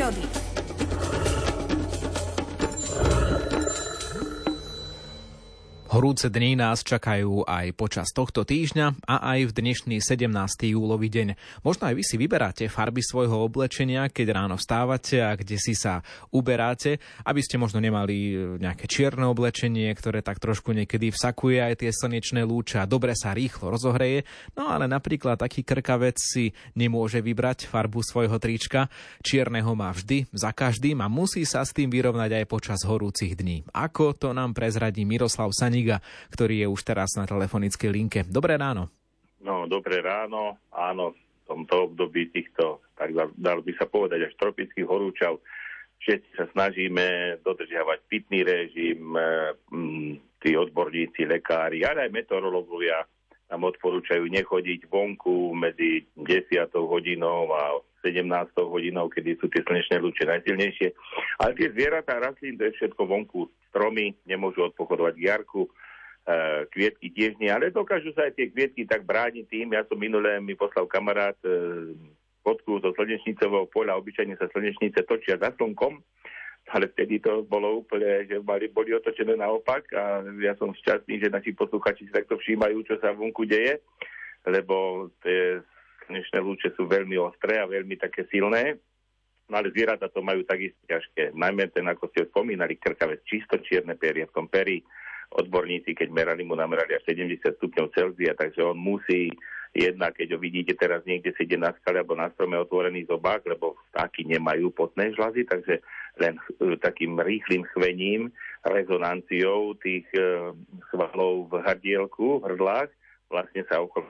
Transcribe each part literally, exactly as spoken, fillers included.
prírody. Horúce dni nás čakajú aj počas tohto týždňa a aj v dnešný sedemnásteho júlový deň. Možno aj vy si vyberáte farby svojho oblečenia, keď ráno vstávate a kde si sa uberáte, aby ste možno nemali nejaké čierne oblečenie, ktoré tak trošku niekedy vsakuje aj tie slnečné lúče a dobre sa rýchlo rozohreje. No ale napríklad taký krkavec si nemôže vybrať farbu svojho trička. Čierneho má vždy, za každým a musí sa s tým vyrovnať aj počas horúcich dní. Ako to nám prezradí Miroslav Saník, ktorý je už teraz na telefonickej linke. Dobré ráno. No, dobré ráno. Áno, v tomto období týchto, tak dalo by sa povedať, až tropických horúčav, všetci sa snažíme dodržiavať pitný režim, tí odborníci, lekári, ale aj meteorológovia nám odporúčajú nechodiť vonku medzi desiatou hodinou a sedemnástou hodinou, kedy sú tie slnečné lúče najsilnejšie. Ale tie zvieratá, rastlín, to je všetko vonku. Stromy nemôžu odpochodovať k jarku, e, kvietky tiež nie, ale dokážu sa aj tie kvietky tak brániť tým. Ja som minulé mi poslal kamarát e, fotku zo slnečnicového poľa, obyčajne sa slnečnice točia za slnkom, ale vtedy to bolo úplne, že mali, boli otočené naopak a ja som šťastný, že naši posluchači si takto všímajú, čo sa vonku deje, lebo tie slnečné lúče sú veľmi ostré a veľmi také silné. No ale zvieratá to majú takisto ťažké. Najmä ten, ako ste spomínali, krkavec, čisto čierne perie v tom perí. Odborníci, keď merali, mu namerali až sedemdesiat stupňov Celzia, takže on musí jednak, keď ho vidíte teraz niekde sedieť na skale alebo na strome otvorený zobák, lebo vtáky nemajú potné žľazy, takže len takým rýchlým chvením, rezonanciou tých e, svalov v hrdielku, v hrdlách, vlastne sa okolo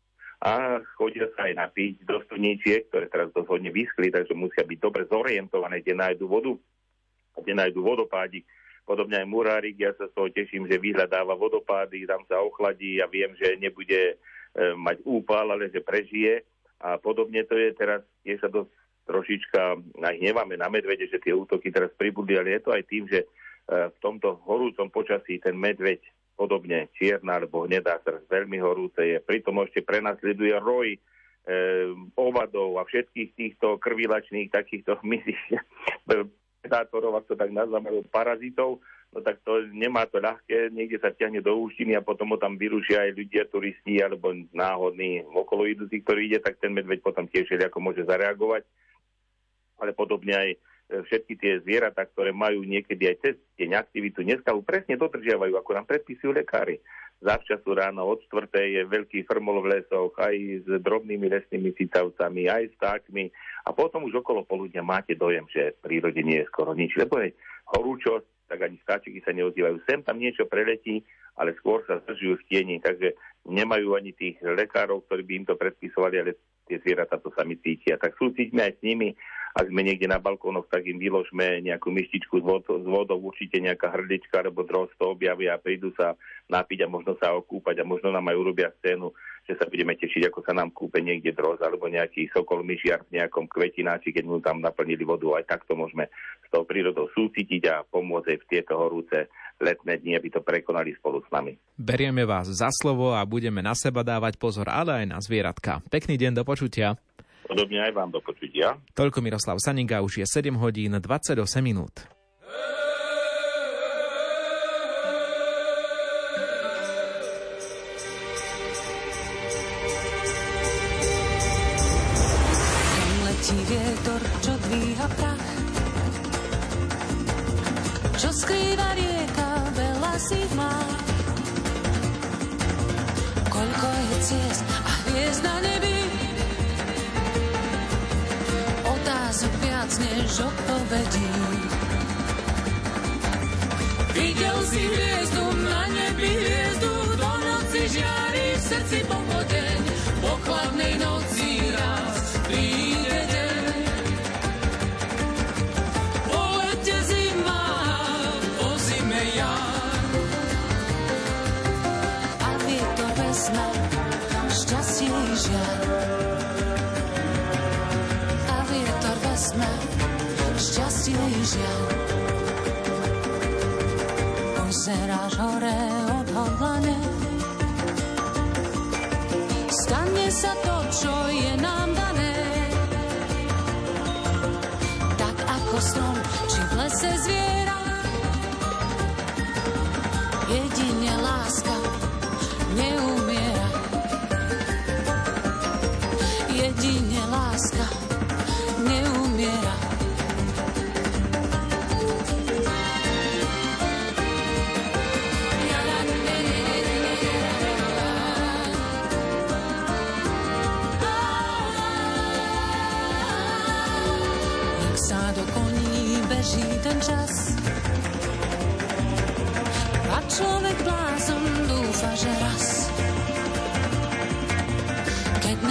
a chodia sa aj napiť do studničiek, ktoré teraz dosť hodne vyschli, takže musia byť dobre zorientované, kde nájdu vodu, kde nájdu vodopády. Podobne aj murárik, ja sa z toho teším, že vyhľadáva vodopády, tam sa ochladí a viem, že nebude e, mať úpal, ale že prežije. A podobne to je teraz, tiež sa dosť trošička aj hneváme na medvede, že tie útoky teraz pribudli, ale je to aj tým, že e, v tomto horúcom počasí ten medveď podobne čierna alebo hnedá srst, veľmi horúce je. Pritom ešte prenasleduje roj e, ovadov a všetkých týchto krvilačných takýchto hmyzích predátorov, ak to tak nazveme, parazitov. No tak to nemá to ľahké, niekde sa ťahne do úštiny a potom ho tam vyrušia aj ľudia, turisti alebo náhodní okolo idúci, ktorý ide, tak ten medveď potom tiež ako môže zareagovať. Ale podobne aj všetky tie zvieratá, ktoré majú niekedy aj cez deň aktivitu, dneska ho presne dodržiavajú, ako nám predpisujú lekári. Zavčasu ráno od štvrtej je veľký frmol v lesoch, aj s drobnými lesnými cicavcami, aj s vtákmi. A potom už okolo poludňa máte dojem, že v prírode nie je skoro nič. Lebo je horúčosť, tak ani vtáčiky sa neozývajú. Sem tam niečo preletí, ale skôr sa zdržujú v tieni, takže nemajú ani tých lekárov, ktorí by im to predpisovali, ale tie zvieratá to sami cítia. Tak súcitíme aj s nimi. Ak sme niekde na balkónoch, tak im vyložme nejakú myštičku s vodou, s vodou, určite nejaká hrdlička alebo dros to objavia a prídu sa napiť a možno sa okúpať a možno nám aj urobia scénu, že sa budeme tešiť, ako sa nám kúpe niekde dros alebo nejaký sokol myšiar v nejakom kvetináči, keď mu tam naplnili vodu. Aj takto môžeme s tou prírodou súcitiť a pomôcť aj v tieto horúce letné dni, aby to prekonali spolu s nami. Berieme vás za slovo a budeme na seba dávať pozor, ale aj na zvieratka. Pekný deň, do počutia. Podobne aj vám do počutia. Toľko Miroslav Saninga, už je sedem hodín dvadsaťosem minút. Kam letí vietor, čo dvíha prach, čo skrýva rieka, veľa si má. Koľko je ciest a hviezd na nebi, otázok viac než odpovedí. Videl si hviezdu na nebi, hviezdu do noci žiari, v srdci popodeň, po chladnej noci raz príde deň. Po lete zima, po zime jar a vietor vesna, šťastie i žiar. Šťastie i žiaľ. Pozeráš hore odhodlane, stane sa to, čo je nám dané. Tak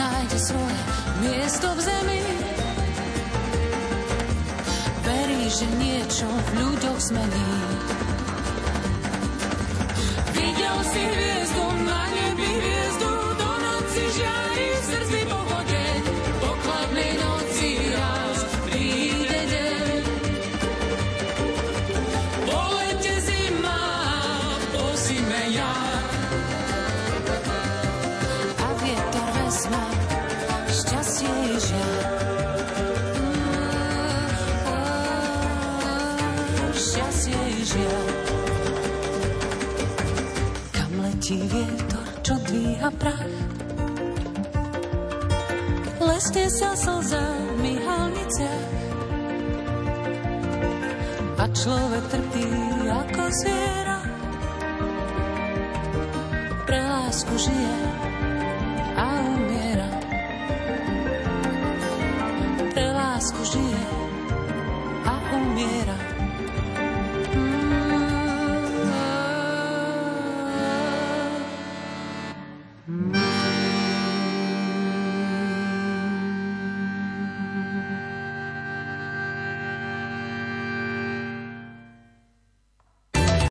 nájde svoje miesto v zemi. Verí, že niečo v ľuďoch zmení. Videl si hviezdu na nebi, hviezdu do noci žiari, v srdci pohodeň, po chladnej noci raz príde deň. Po lete zima, po zime jar, a vietor vezme šťastie i žiaľ. Šťastie i žiaľ. Kam letí vietor, čo dvíha prach? Lesne sa slza v myhalniciach a človek trpí ako zviera. Pre lásku žije a umiera. Pre lásku žije a umiera.